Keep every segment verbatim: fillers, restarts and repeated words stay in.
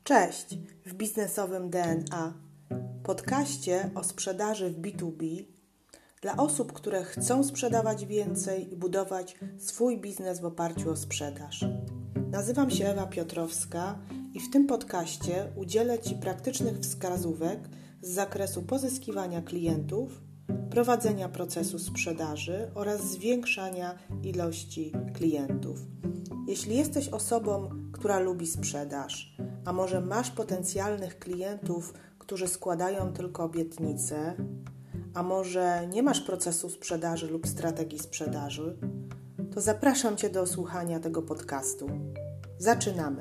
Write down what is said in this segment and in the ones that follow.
Cześć w biznesowym D N A, podcaście o sprzedaży w B dwa B dla osób, które chcą sprzedawać więcej i budować swój biznes w oparciu o sprzedaż. Nazywam się Ewa Piotrowska i w tym podcaście udzielę Ci praktycznych wskazówek z zakresu pozyskiwania klientów, prowadzenia procesu sprzedaży oraz zwiększania ilości klientów. Jeśli jesteś osobą, która lubi sprzedaż, a może masz potencjalnych klientów, którzy składają tylko obietnice, a może nie masz procesu sprzedaży lub strategii sprzedaży, to zapraszam Cię do słuchania tego podcastu. Zaczynamy!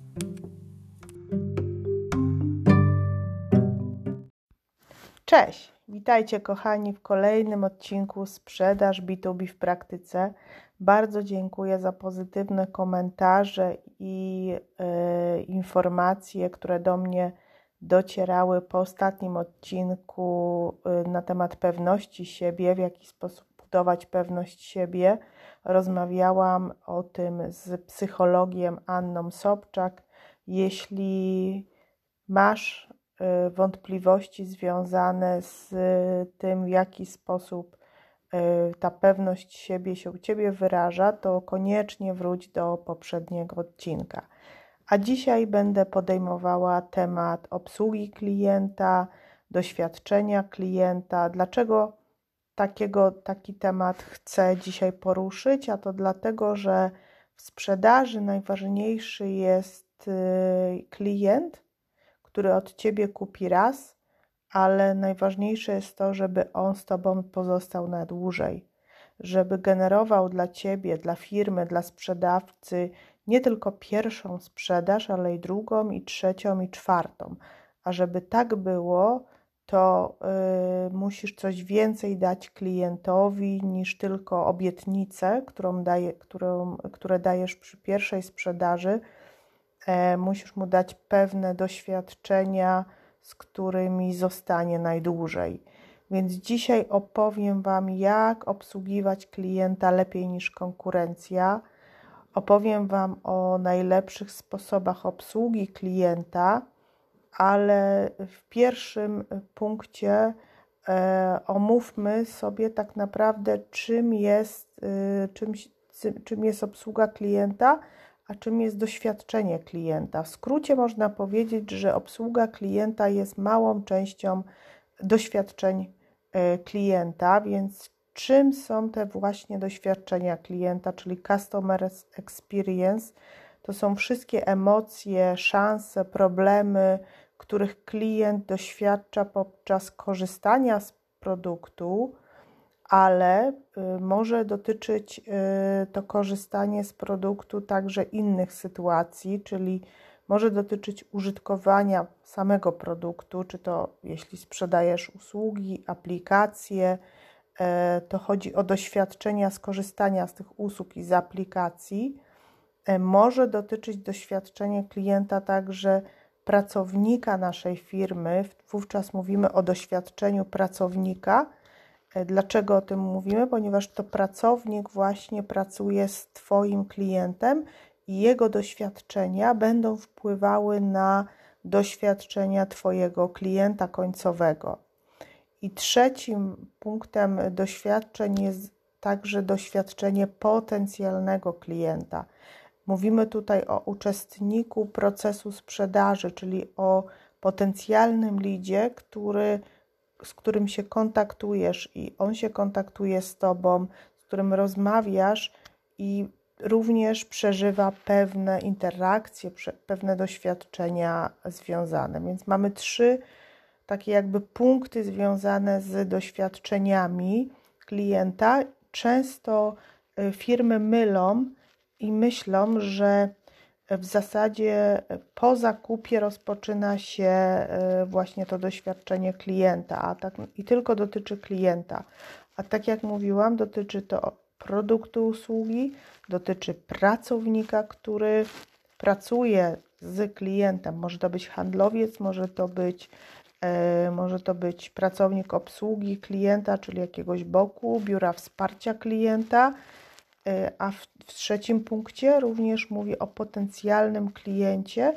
Cześć! Witajcie kochani w kolejnym odcinku Sprzedaż B dwa B w praktyce. Bardzo dziękuję za pozytywne komentarze i y, informacje, które do mnie docierały po ostatnim odcinku y, na temat pewności siebie, w jaki sposób budować pewność siebie. Rozmawiałam o tym z psychologiem Anną Sobczak. Jeśli masz y, wątpliwości związane z tym, w jaki sposób ta pewność siebie się u Ciebie wyraża, to koniecznie wróć do poprzedniego odcinka. A dzisiaj będę podejmowała temat obsługi klienta, doświadczenia klienta. Dlaczego takiego, taki temat chcę dzisiaj poruszyć? A to dlatego, że w sprzedaży najważniejszy jest klient, który od Ciebie kupi raz, ale najważniejsze jest to, żeby on z Tobą pozostał na dłużej, żeby generował dla Ciebie, dla firmy, dla sprzedawcy nie tylko pierwszą sprzedaż, ale i drugą, i trzecią, i czwartą. A żeby tak było, to yy, musisz coś więcej dać klientowi niż tylko obietnicę, którą daje, którą, które dajesz przy pierwszej sprzedaży. Yy, musisz mu dać pewne doświadczenia, z którymi zostanie najdłużej. Więc dzisiaj opowiem Wam, jak obsługiwać klienta lepiej niż konkurencja. Opowiem Wam o najlepszych sposobach obsługi klienta, ale w pierwszym punkcie e, omówmy sobie tak naprawdę, czym jest, e, czym, czym jest obsługa klienta, a czym jest doświadczenie klienta. W skrócie można powiedzieć, że obsługa klienta jest małą częścią doświadczeń klienta, więc czym są te właśnie doświadczenia klienta, czyli customer experience? To są wszystkie emocje, szanse, problemy, których klient doświadcza podczas korzystania z produktu, ale y, może dotyczyć y, to korzystanie z produktu także innych sytuacji, czyli może dotyczyć użytkowania samego produktu, czy to jeśli sprzedajesz usługi, aplikacje, y, to chodzi o doświadczenia skorzystania z tych usług i z aplikacji. Y, może dotyczyć doświadczenie klienta także pracownika naszej firmy, wówczas mówimy o doświadczeniu pracownika. Dlaczego o tym mówimy? Ponieważ to pracownik właśnie pracuje z Twoim klientem i jego doświadczenia będą wpływały na doświadczenia Twojego klienta końcowego. I trzecim punktem doświadczeń jest także doświadczenie potencjalnego klienta. Mówimy tutaj o uczestniku procesu sprzedaży, czyli o potencjalnym lidzie, który z którym się kontaktujesz i on się kontaktuje z Tobą, z którym rozmawiasz i również przeżywa pewne interakcje, pewne doświadczenia związane. Więc mamy trzy takie jakby punkty związane z doświadczeniami klienta. Często firmy mylą i myślą, że w zasadzie po zakupie rozpoczyna się właśnie to doświadczenie klienta, a tak, i tylko dotyczy klienta. A tak jak mówiłam, dotyczy to produktu, usługi, dotyczy pracownika, który pracuje z klientem. Może to być handlowiec, może to być, e, może to być pracownik obsługi klienta, czyli jakiegoś boku, biura wsparcia klienta. A w, w trzecim punkcie również mówię o potencjalnym kliencie,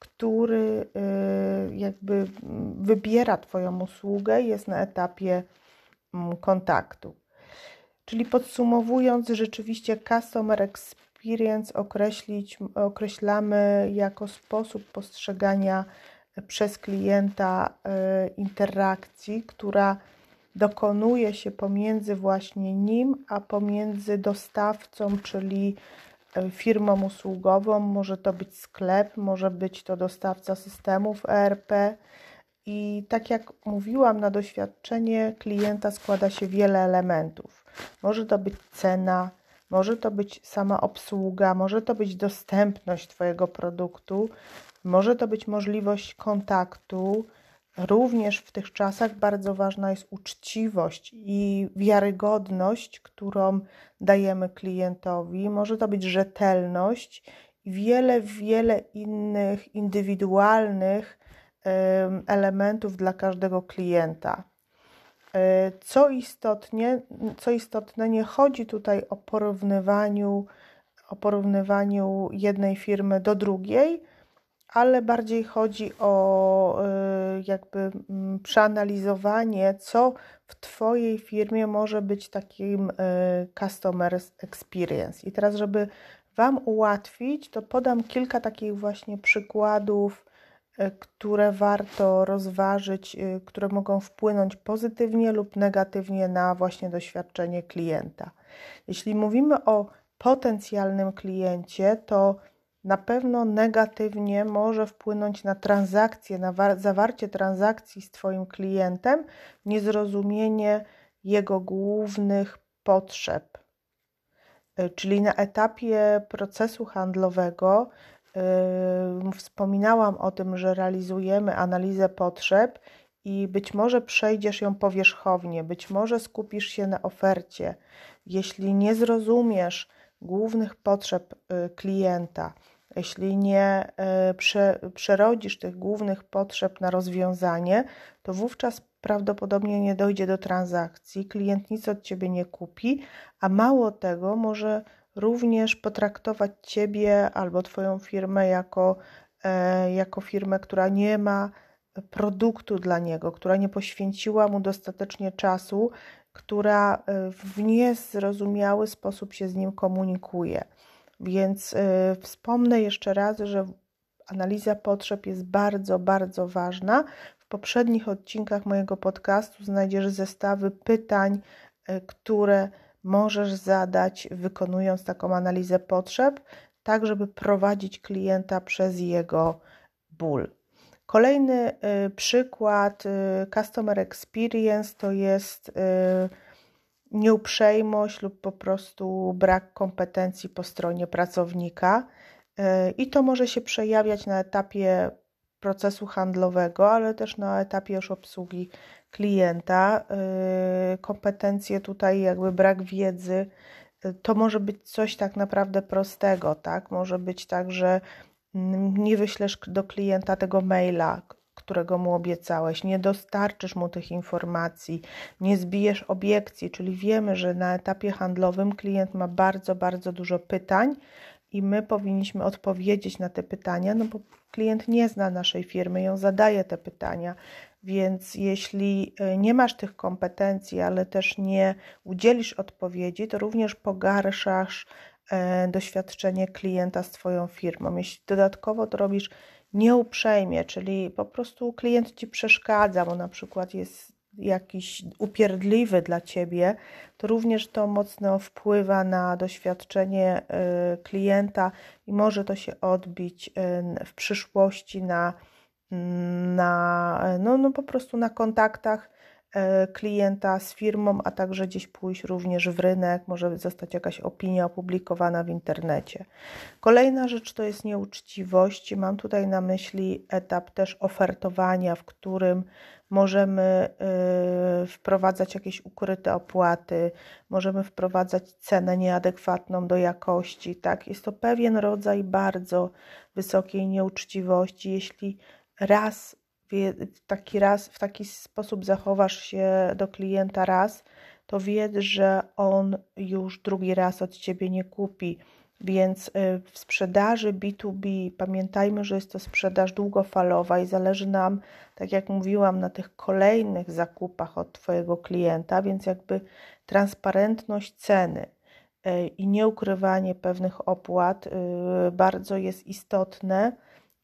który jakby wybiera Twoją usługę, jest na etapie kontaktu. Czyli podsumowując, rzeczywiście Customer Experience określić, określamy jako sposób postrzegania przez klienta interakcji, która dokonuje się pomiędzy właśnie nim, a pomiędzy dostawcą, czyli firmą usługową. Może to być sklep, może być to dostawca systemów E R P. I tak jak mówiłam, na doświadczenie klienta składa się wiele elementów. Może to być cena, może to być sama obsługa, może to być dostępność Twojego produktu, może to być możliwość kontaktu. Również w tych czasach bardzo ważna jest uczciwość i wiarygodność, którą dajemy klientowi. Może to być rzetelność i wiele, wiele innych indywidualnych elementów dla każdego klienta. Co istotnie, co istotne, nie chodzi tutaj o porównywaniu, o porównywaniu jednej firmy do drugiej, ale bardziej chodzi o jakby przeanalizowanie, co w Twojej firmie może być takim customer experience. I teraz, żeby Wam ułatwić, to podam kilka takich właśnie przykładów, które warto rozważyć, które mogą wpłynąć pozytywnie lub negatywnie na właśnie doświadczenie klienta. Jeśli mówimy o potencjalnym kliencie, to na pewno negatywnie może wpłynąć na transakcję, na zawarcie transakcji z Twoim klientem, niezrozumienie jego głównych potrzeb. Czyli na etapie procesu handlowego Yy, wspominałam o tym, że realizujemy analizę potrzeb i być może przejdziesz ją powierzchownie, być może skupisz się na ofercie. Jeśli nie zrozumiesz głównych potrzeb yy, klienta, jeśli nie yy, prze, przerodzisz tych głównych potrzeb na rozwiązanie, to wówczas prawdopodobnie nie dojdzie do transakcji, klient nic od Ciebie nie kupi, a mało tego, może również potraktować Ciebie albo Twoją firmę jako, e, jako firmę, która nie ma produktu dla niego, która nie poświęciła mu dostatecznie czasu, która w niezrozumiały sposób się z nim komunikuje. Więc e, wspomnę jeszcze raz, że analiza potrzeb jest bardzo, bardzo ważna. W poprzednich odcinkach mojego podcastu znajdziesz zestawy pytań, e, które możesz zadać, wykonując taką analizę potrzeb, tak żeby prowadzić klienta przez jego ból. Kolejny y, przykład y, Customer Experience to jest y, nieuprzejmość lub po prostu brak kompetencji po stronie pracownika y, i to może się przejawiać na etapie procesu handlowego, ale też na etapie już obsługi klienta. Kompetencje tutaj, jakby brak wiedzy, to może być coś tak naprawdę prostego, tak? Może być tak, że nie wyślesz do klienta tego maila, którego mu obiecałeś, nie dostarczysz mu tych informacji, nie zbijesz obiekcji, czyli wiemy, że na etapie handlowym klient ma bardzo, bardzo dużo pytań i my powinniśmy odpowiedzieć na te pytania, no bo klient nie zna naszej firmy, ją zadaje te pytania, więc jeśli nie masz tych kompetencji, ale też nie udzielisz odpowiedzi, to również pogarszasz doświadczenie klienta z Twoją firmą. Jeśli dodatkowo to robisz nieuprzejmie, czyli po prostu klient Ci przeszkadza, bo na przykład jest jakiś upierdliwy dla Ciebie, to również to mocno wpływa na doświadczenie klienta i może to się odbić w przyszłości na, na no, no po prostu na kontaktach klienta z firmą, a także gdzieś pójść również w rynek, może zostać jakaś opinia opublikowana w internecie. Kolejna rzecz to jest nieuczciwość. Mam tutaj na myśli etap też ofertowania, w którym możemy y, wprowadzać jakieś ukryte opłaty, możemy wprowadzać cenę nieadekwatną do jakości. Tak? Jest to pewien rodzaj bardzo wysokiej nieuczciwości. Jeśli raz w taki, raz, w taki sposób zachowasz się do klienta raz, to wiedz, że on już drugi raz od Ciebie nie kupi. Więc w sprzedaży B dwa B pamiętajmy, że jest to sprzedaż długofalowa i zależy nam, tak jak mówiłam, na tych kolejnych zakupach od Twojego klienta, więc jakby transparentność ceny i nieukrywanie pewnych opłat bardzo jest istotne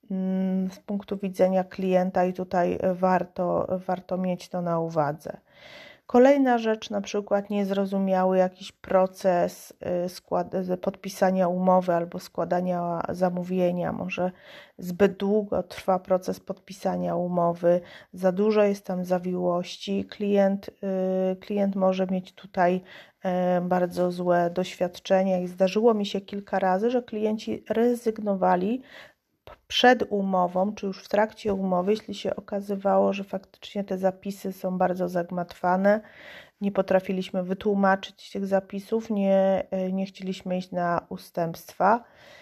z punktu widzenia klienta i tutaj warto, warto mieć to na uwadze. Kolejna rzecz, na przykład niezrozumiały jakiś proces skład, podpisania umowy albo składania zamówienia, może zbyt długo trwa proces podpisania umowy, za dużo jest tam zawiłości, klient, klient może mieć tutaj bardzo złe doświadczenia i zdarzyło mi się kilka razy, że klienci rezygnowali przed umową, czy już w trakcie umowy, jeśli się okazywało, że faktycznie te zapisy są bardzo zagmatwane, nie potrafiliśmy wytłumaczyć tych zapisów, nie, nie chcieliśmy iść na ustępstwa.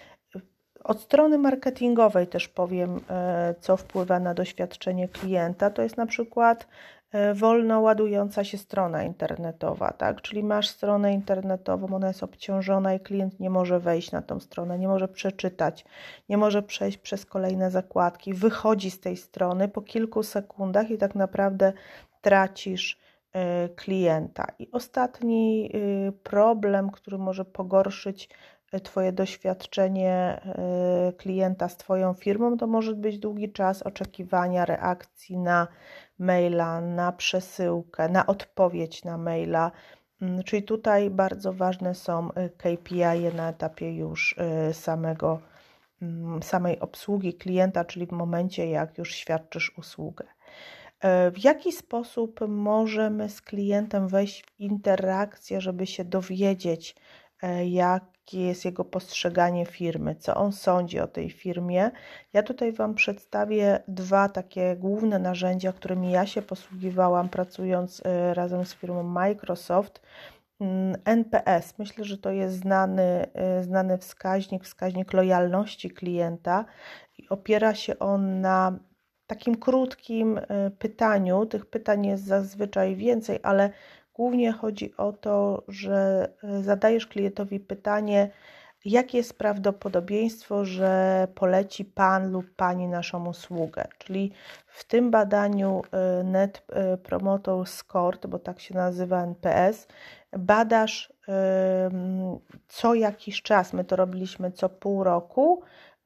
Od strony marketingowej też powiem, co wpływa na doświadczenie klienta. To jest na przykład wolno ładująca się strona internetowa, tak? Czyli masz stronę internetową, ona jest obciążona i klient nie może wejść na tą stronę, nie może przeczytać, nie może przejść przez kolejne zakładki, wychodzi z tej strony po kilku sekundach i tak naprawdę tracisz klienta. I ostatni problem, który może pogorszyć Twoje doświadczenie klienta z Twoją firmą, to może być długi czas oczekiwania reakcji na maila, na przesyłkę, na odpowiedź na maila. Czyli tutaj bardzo ważne są K P I na etapie już samego, samej obsługi klienta, czyli w momencie, jak już świadczysz usługę. W jaki sposób możemy z klientem wejść w interakcję, żeby się dowiedzieć, jakie jest jego postrzeganie firmy, co on sądzi o tej firmie. Ja tutaj Wam przedstawię dwa takie główne narzędzia, którymi ja się posługiwałam, pracując razem z firmą Microsoft. N P S, myślę, że to jest znany, znany wskaźnik, wskaźnik lojalności klienta i opiera się on na takim krótkim pytaniu. Tych pytań jest zazwyczaj więcej, ale głównie chodzi o to, że zadajesz klientowi pytanie, jakie jest prawdopodobieństwo, że poleci Pan lub Pani naszą usługę. Czyli w tym badaniu Net Promoter Score, bo tak się nazywa N P S, badasz co jakiś czas, my to robiliśmy co pół roku,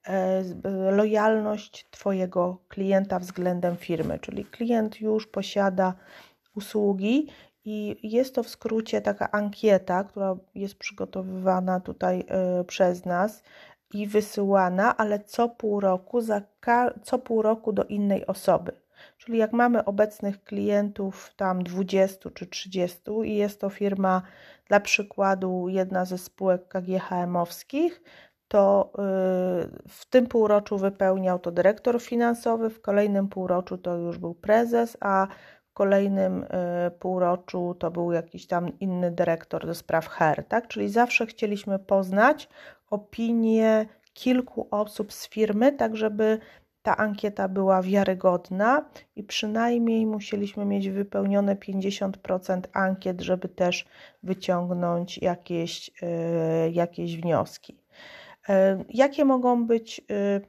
lojalność Twojego klienta względem firmy. Czyli klient już posiada usługi, i jest to w skrócie taka ankieta, która jest przygotowywana tutaj y, przez nas i wysyłana, ale co pół roku, za co pół roku do innej osoby. Czyli jak mamy obecnych klientów tam dwudziestu czy trzydziestu i jest to firma, dla przykładu jedna ze spółek K G H M-owskich, to y, w tym półroczu wypełniał to dyrektor finansowy, w kolejnym półroczu to już był prezes, a w kolejnym y, półroczu to był jakiś tam inny dyrektor do spraw H R, tak? Czyli zawsze chcieliśmy poznać opinię kilku osób z firmy, tak żeby ta ankieta była wiarygodna i przynajmniej musieliśmy mieć wypełnione pięćdziesiąt procent ankiet, żeby też wyciągnąć jakieś, y, jakieś wnioski. Y, jakie mogą być y,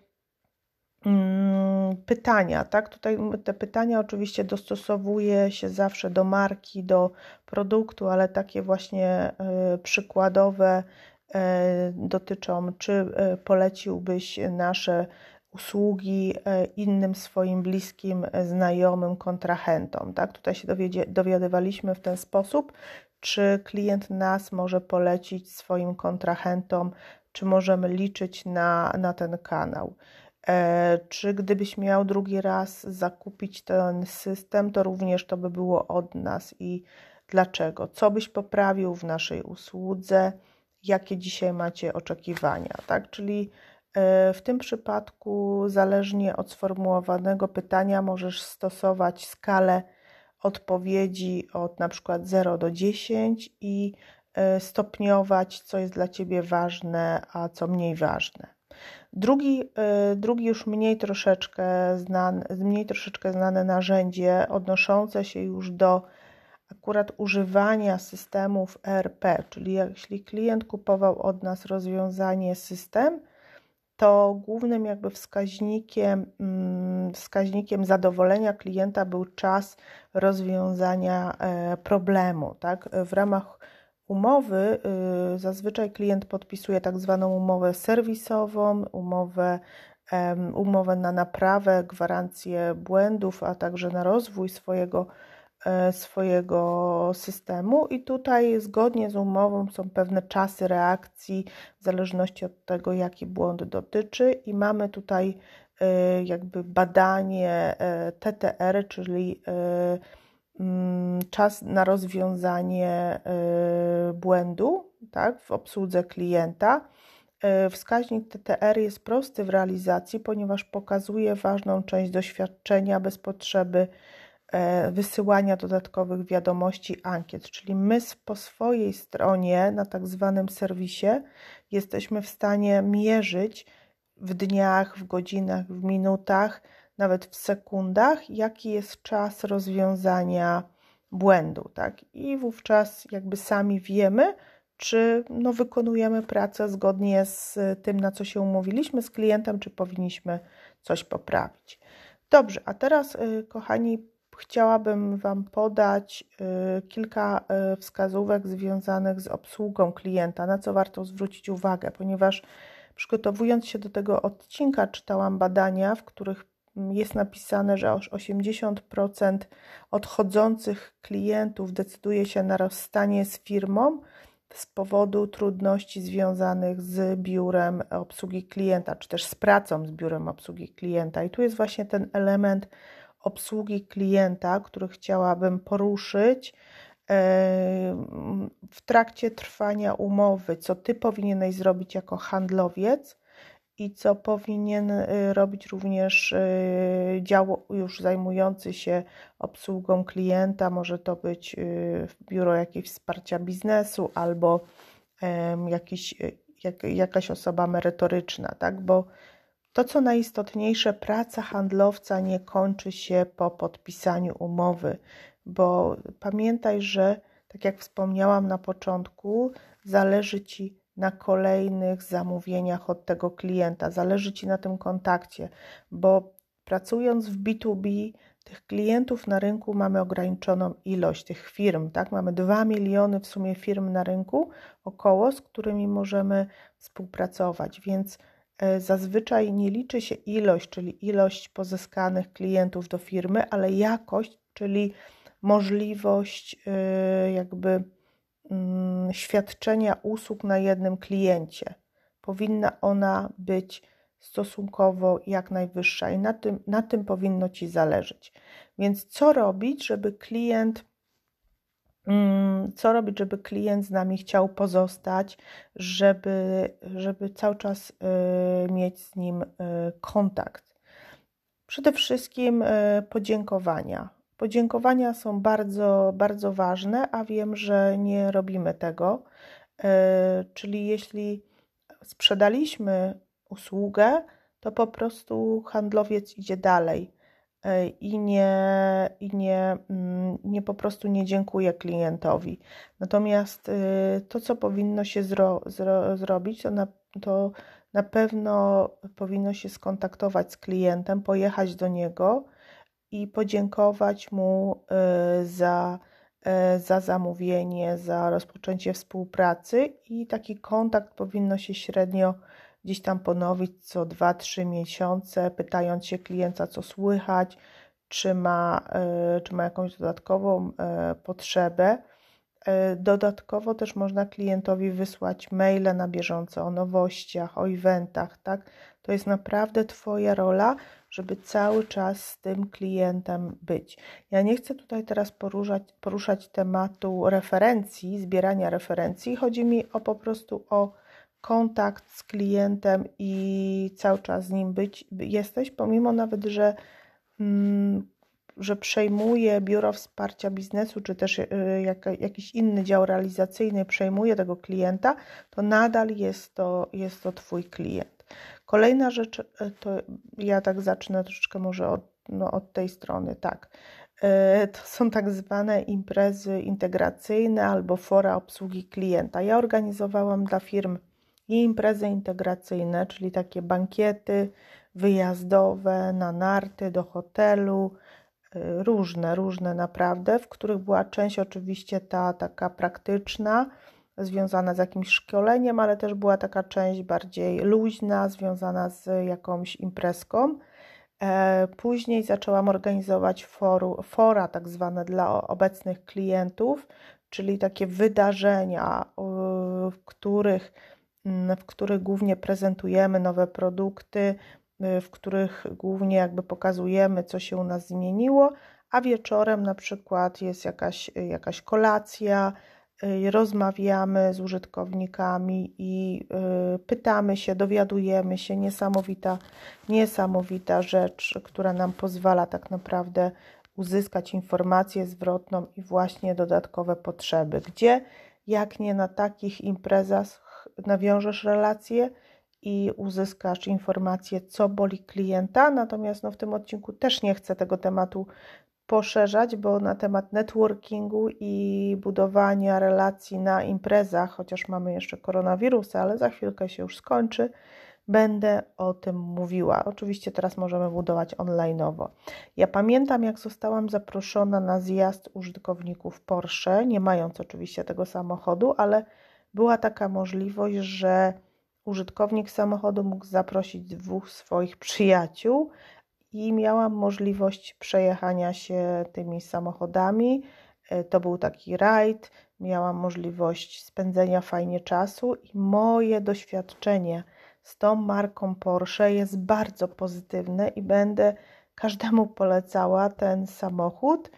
pytania, tak? Tutaj te pytania oczywiście dostosowuje się zawsze do marki, do produktu, ale takie właśnie y, przykładowe y, dotyczą, czy y, poleciłbyś nasze usługi y, innym swoim bliskim y, znajomym kontrahentom, tak? Tutaj się dowiedzie, dowiadywaliśmy w ten sposób, czy klient nas może polecić swoim kontrahentom, czy możemy liczyć na, na ten kanał. Czy gdybyś miał drugi raz zakupić ten system, to również to by było od nas i dlaczego? Co byś poprawił w naszej usłudze? Jakie dzisiaj macie oczekiwania? Tak? Czyli w tym przypadku zależnie od sformułowanego pytania możesz stosować skalę odpowiedzi od na przykład zero do dziesięciu i stopniować, co jest dla Ciebie ważne, a co mniej ważne. Drugi, drugi już mniej troszeczkę znane, mniej troszeczkę znane narzędzie odnoszące się już do akurat używania systemów E R P, czyli jeśli klient kupował od nas rozwiązanie system, to głównym jakby wskaźnikiem, wskaźnikiem zadowolenia klienta był czas rozwiązania problemu. Tak? W ramach umowy zazwyczaj klient podpisuje tak zwaną umowę serwisową, umowę, umowę na naprawę, gwarancję błędów, a także na rozwój swojego swojego systemu i tutaj zgodnie z umową są pewne czasy reakcji w zależności od tego, jaki błąd dotyczy i mamy tutaj jakby badanie T T R, czyli czas na rozwiązanie błędu, tak, w obsłudze klienta. Wskaźnik T T R jest prosty w realizacji, ponieważ pokazuje ważną część doświadczenia bez potrzeby wysyłania dodatkowych wiadomości, ankiet, czyli my po swojej stronie na tak zwanym serwisie jesteśmy w stanie mierzyć w dniach, w godzinach, w minutach, nawet w sekundach, jaki jest czas rozwiązania błędu, tak? I wówczas jakby sami wiemy, czy no, wykonujemy pracę zgodnie z tym, na co się umówiliśmy z klientem, czy powinniśmy coś poprawić. Dobrze, a teraz, kochani, chciałabym Wam podać y, kilka y, wskazówek związanych z obsługą klienta, na co warto zwrócić uwagę, ponieważ przygotowując się do tego odcinka czytałam badania, w których jest napisane, że aż osiemdziesiąt procent odchodzących klientów decyduje się na rozstanie z firmą z powodu trudności związanych z biurem obsługi klienta, czy też z pracą z biurem obsługi klienta. I tu jest właśnie ten element obsługi klienta, który chciałabym poruszyć w trakcie trwania umowy, co Ty powinieneś zrobić jako handlowiec i co powinien robić również dział już zajmujący się obsługą klienta. Może to być biuro jakiegoś wsparcia biznesu albo jakiś, jak, jakaś osoba merytoryczna, tak? Bo to, co najistotniejsze, praca handlowca nie kończy się po podpisaniu umowy, bo pamiętaj, że tak jak wspomniałam na początku, zależy Ci na kolejnych zamówieniach od tego klienta, zależy Ci na tym kontakcie, bo pracując w B dwa B tych klientów na rynku mamy ograniczoną ilość tych firm, tak? Mamy dwa miliony w sumie firm na rynku około, z którymi możemy współpracować, więc zazwyczaj nie liczy się ilość, czyli ilość pozyskanych klientów do firmy, ale jakość, czyli możliwość jakby świadczenia usług na jednym kliencie. Powinna ona być stosunkowo jak najwyższa i na tym, na tym powinno Ci zależeć. Więc co robić, żeby klient Co robić, żeby klient z nami chciał pozostać, żeby, żeby cały czas y, mieć z nim y, kontakt? Przede wszystkim y, podziękowania. Podziękowania są bardzo, bardzo ważne, a wiem, że nie robimy tego. Y, czyli jeśli sprzedaliśmy usługę, to po prostu handlowiec idzie dalej i nie, i nie, nie po prostu nie dziękuję klientowi. Natomiast to, co powinno się zro, zro, zrobić, to na, to na pewno powinno się skontaktować z klientem, pojechać do niego i podziękować mu za, za zamówienie, za rozpoczęcie współpracy i taki kontakt powinno się średnio gdzieś tam ponowić co dwa trzy miesiące, pytając się klienta, co słychać, czy ma, czy ma jakąś dodatkową potrzebę. Dodatkowo też można klientowi wysłać maile na bieżąco o nowościach, o eventach, tak? To jest naprawdę Twoja rola, żeby cały czas z tym klientem być. Ja nie chcę tutaj teraz poruszać, poruszać tematu referencji, zbierania referencji. Chodzi mi o po prostu o kontakt z klientem i cały czas z nim być jesteś, pomimo nawet, że, mm, że przejmuje biuro wsparcia biznesu, czy też y, jak, jakiś inny dział realizacyjny przejmuje tego klienta, to nadal jest to, jest to Twój klient. Kolejna rzecz, to ja tak zacznę troszeczkę może od, no, od tej strony, tak. To są tak zwane imprezy integracyjne albo fora obsługi klienta. Ja organizowałam dla firm i imprezy integracyjne, czyli takie bankiety wyjazdowe na narty, do hotelu, różne, różne naprawdę, w których była część oczywiście ta taka praktyczna, związana z jakimś szkoleniem, ale też była taka część bardziej luźna, związana z jakąś imprezką. Później zaczęłam organizować foru, fora tak zwane dla obecnych klientów, czyli takie wydarzenia, w których, w których głównie prezentujemy nowe produkty, w których głównie jakby pokazujemy, co się u nas zmieniło, a wieczorem na przykład jest jakaś, jakaś kolacja, rozmawiamy z użytkownikami i pytamy się, dowiadujemy się. Niesamowita, niesamowita rzecz, która nam pozwala tak naprawdę uzyskać informację zwrotną i właśnie dodatkowe potrzeby. Gdzie, jak nie na takich imprezach, nawiążesz relacje i uzyskasz informację, co boli klienta. Natomiast no, w tym odcinku też nie chcę tego tematu poszerzać, bo na temat networkingu i budowania relacji na imprezach, chociaż mamy jeszcze koronawirusa, ale za chwilkę się już skończy, będę o tym mówiła. Oczywiście teraz możemy budować online'owo. Ja pamiętam, jak zostałam zaproszona na zjazd użytkowników Porsche, nie mając oczywiście tego samochodu, ale była taka możliwość, że użytkownik samochodu mógł zaprosić dwóch swoich przyjaciół i miałam możliwość przejechania się tymi samochodami. To był taki rajd, miałam możliwość spędzenia fajnie czasu i moje doświadczenie z tą marką Porsche jest bardzo pozytywne i będę każdemu polecała ten samochód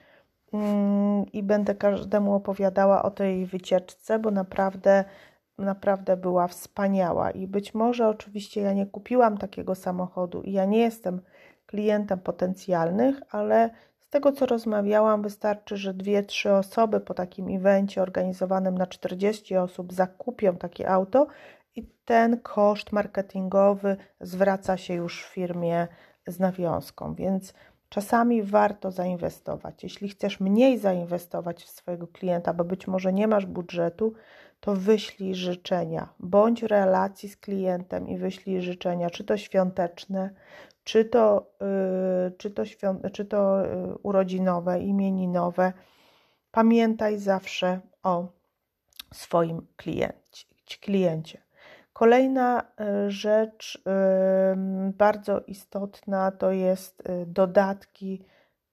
i będę każdemu opowiadała o tej wycieczce, bo naprawdę, naprawdę była wspaniała i być może oczywiście ja nie kupiłam takiego samochodu i ja nie jestem klientem potencjalnych, ale z tego, co rozmawiałam, wystarczy, że dwie, trzy osoby po takim evencie organizowanym na czterdzieści osób zakupią takie auto i ten koszt marketingowy zwraca się już w firmie z nawiązką, więc czasami warto zainwestować. Jeśli chcesz mniej zainwestować w swojego klienta, bo być może nie masz budżetu, to wyślij życzenia, bądź w relacji z klientem i wyślij życzenia, czy to świąteczne, czy to, yy, czy to, świąt- czy to yy, urodzinowe, imieninowe. Pamiętaj zawsze o swoim kliencie. kliencie. Kolejna yy, rzecz yy, bardzo istotna to jest yy, dodatki,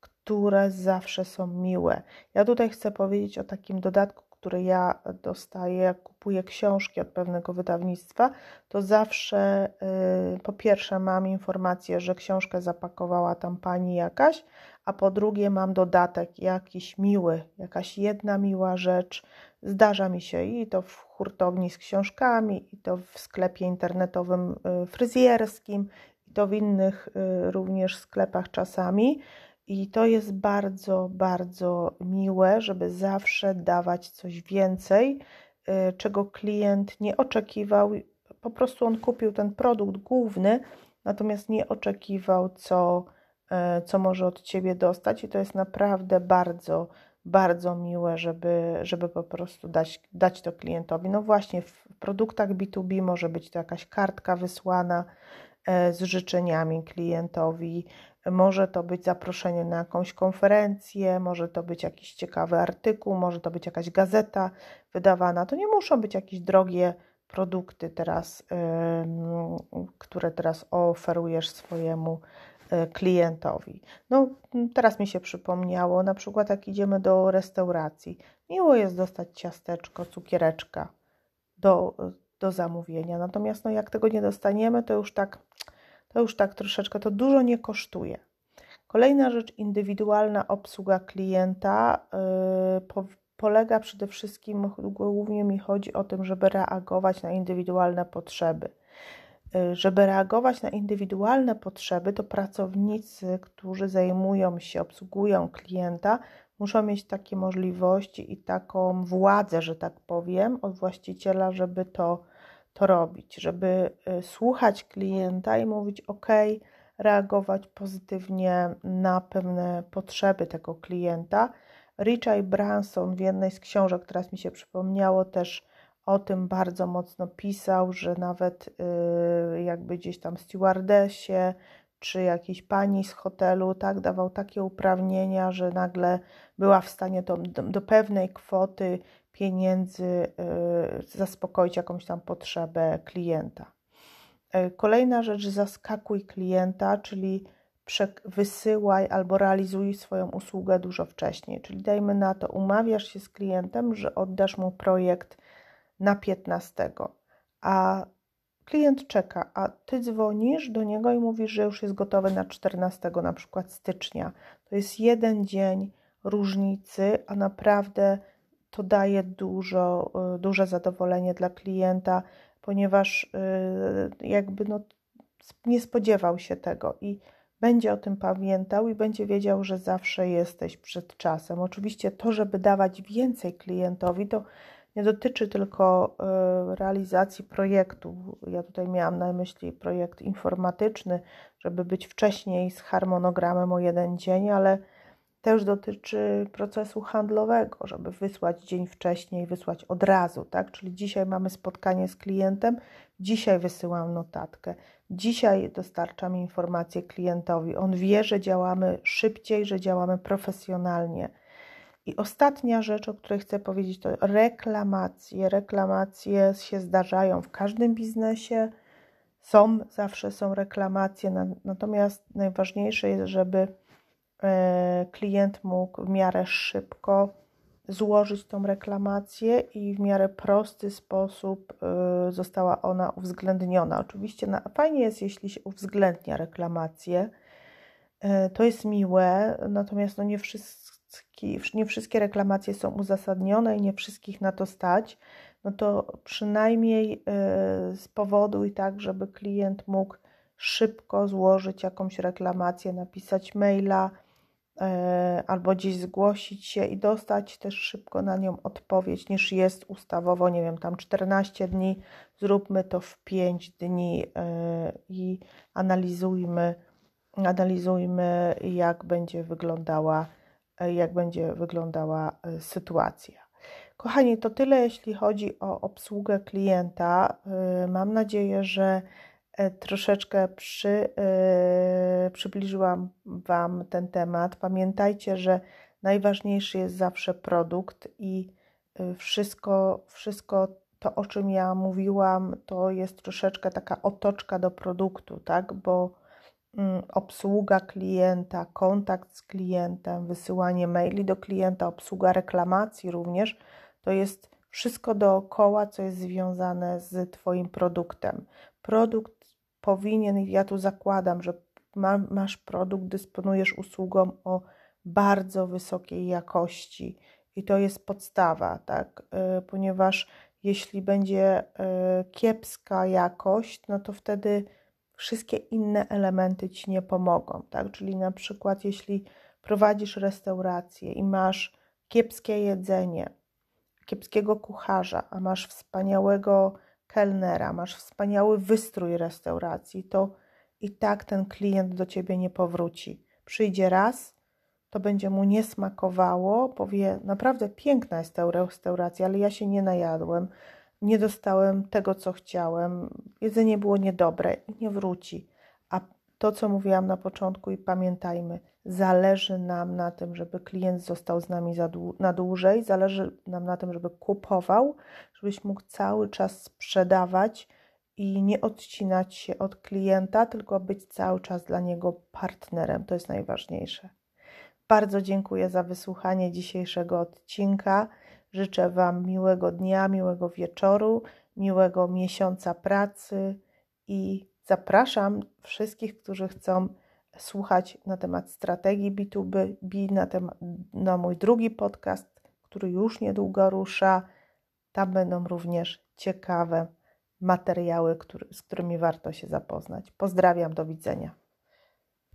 które zawsze są miłe. Ja tutaj chcę powiedzieć o takim dodatku, który ja dostaję, jak kupuję książki od pewnego wydawnictwa, to zawsze yy, po pierwsze mam informację, że książkę zapakowała tam pani jakaś, a po drugie mam dodatek jakiś miły, jakaś jedna miła rzecz. Zdarza mi się i to w hurtowni z książkami, i to w sklepie internetowym yy, fryzjerskim, i to w innych yy, również sklepach czasami. I to jest bardzo, bardzo miłe, żeby zawsze dawać coś więcej, czego klient nie oczekiwał. Po prostu on kupił ten produkt główny, natomiast nie oczekiwał, co, co może od Ciebie dostać. I to jest naprawdę bardzo, bardzo miłe, żeby, żeby po prostu dać, dać to klientowi. No właśnie, w produktach B dwa B może być to jakaś kartka wysłana z życzeniami klientowi. Może to być zaproszenie na jakąś konferencję, może to być jakiś ciekawy artykuł, może to być jakaś gazeta wydawana. To nie muszą być jakieś drogie produkty teraz, yy, które teraz oferujesz swojemu yy, klientowi. No teraz mi się przypomniało, na przykład jak idziemy do restauracji, miło jest dostać ciasteczko, cukiereczka do, do zamówienia. Natomiast no, jak tego nie dostaniemy, to już tak To już tak troszeczkę, to dużo nie kosztuje. Kolejna rzecz, indywidualna obsługa klienta yy, po, polega przede wszystkim, głównie mi chodzi o tym, żeby reagować na indywidualne potrzeby. Yy, żeby reagować na indywidualne potrzeby, to pracownicy, którzy zajmują się, obsługują klienta, muszą mieć takie możliwości i taką władzę, że tak powiem, od właściciela, żeby to to robić, żeby słuchać klienta i mówić: ok, reagować pozytywnie na pewne potrzeby tego klienta. Richard Branson w jednej z książek, teraz mi się przypomniało, też o tym bardzo mocno pisał, że nawet yy, jakby gdzieś tam stewardessie czy jakiejś pani z hotelu, tak, dawał takie uprawnienia, że nagle była w stanie do, do, do pewnej kwoty pieniędzy yy, zaspokoić jakąś tam potrzebę klienta. Yy, kolejna rzecz, zaskakuj klienta, czyli wysyłaj albo realizuj swoją usługę dużo wcześniej. Czyli dajmy na to, umawiasz się z klientem, że oddasz mu projekt na piętnastego, a klient czeka, a ty dzwonisz do niego i mówisz, że już jest gotowy na czternastego, na przykład stycznia. To jest jeden dzień różnicy, a naprawdę to daje dużo, duże zadowolenie dla klienta, ponieważ jakby no, nie spodziewał się tego i będzie o tym pamiętał i będzie wiedział, że zawsze jesteś przed czasem. Oczywiście to, żeby dawać więcej klientowi, to nie dotyczy tylko realizacji projektu. Ja tutaj miałam na myśli projekt informatyczny, żeby być wcześniej z harmonogramem o jeden dzień, ale też dotyczy procesu handlowego, żeby wysłać dzień wcześniej, wysłać od razu, tak? Czyli dzisiaj mamy spotkanie z klientem, dzisiaj wysyłam notatkę, dzisiaj dostarczam informację klientowi. On wie, że działamy szybciej, że działamy profesjonalnie. I ostatnia rzecz, o której chcę powiedzieć, to reklamacje. Reklamacje się zdarzają w każdym biznesie, są, zawsze są reklamacje, natomiast najważniejsze jest, żeby klient mógł w miarę szybko złożyć tą reklamację i w miarę prosty sposób została ona uwzględniona. Oczywiście fajnie jest, jeśli się uwzględnia reklamację, to jest miłe, natomiast no nie wszystkie nie wszystkie reklamacje są uzasadnione i nie wszystkich na to stać, no to przynajmniej spowoduj tak, żeby klient mógł szybko złożyć jakąś reklamację, napisać maila albo gdzieś zgłosić się i dostać też szybko na nią odpowiedź, niż jest ustawowo, nie wiem, tam czternaście dni, zróbmy to w pięć dni i analizujmy, analizujmy jak będzie wyglądała jak będzie wyglądała sytuacja. Kochani, to tyle, jeśli chodzi o obsługę klienta. Mam nadzieję, że troszeczkę przy, przybliżyłam Wam ten temat. Pamiętajcie, że najważniejszy jest zawsze produkt i wszystko, wszystko to, o czym ja mówiłam, to jest troszeczkę taka otoczka do produktu, tak? Bo obsługa klienta, kontakt z klientem, wysyłanie maili do klienta, obsługa reklamacji również, to jest wszystko dookoła, co jest związane z Twoim produktem. Produkt powinien, ja tu zakładam, że ma, masz produkt, dysponujesz usługą o bardzo wysokiej jakości i to jest podstawa, tak? Yy, ponieważ jeśli będzie yy, kiepska jakość, no to wtedy wszystkie inne elementy Ci nie pomogą, tak? Czyli na przykład jeśli prowadzisz restaurację i masz kiepskie jedzenie, kiepskiego kucharza, a masz wspaniałego kelnera, masz wspaniały wystrój restauracji, to i tak ten klient do Ciebie nie powróci. Przyjdzie raz, to będzie mu nie smakowało, powie, naprawdę piękna jest ta restauracja, ale ja się nie najadłem, nie dostałem tego, co chciałem, jedzenie było niedobre i nie wróci. A to, co mówiłam na początku i pamiętajmy, zależy nam na tym, żeby klient został z nami na dłużej, zależy nam na tym, żeby kupował, żebyś mógł cały czas sprzedawać i nie odcinać się od klienta, tylko być cały czas dla niego partnerem. To jest najważniejsze. Bardzo dziękuję za wysłuchanie dzisiejszego odcinka. Życzę Wam miłego dnia, miłego wieczoru, miłego miesiąca pracy i zapraszam wszystkich, którzy chcą słuchać na temat strategii B dwa B, na, temat, na mój drugi podcast, który już niedługo rusza. Tam będą również ciekawe materiały, który, z którymi warto się zapoznać. Pozdrawiam, do widzenia.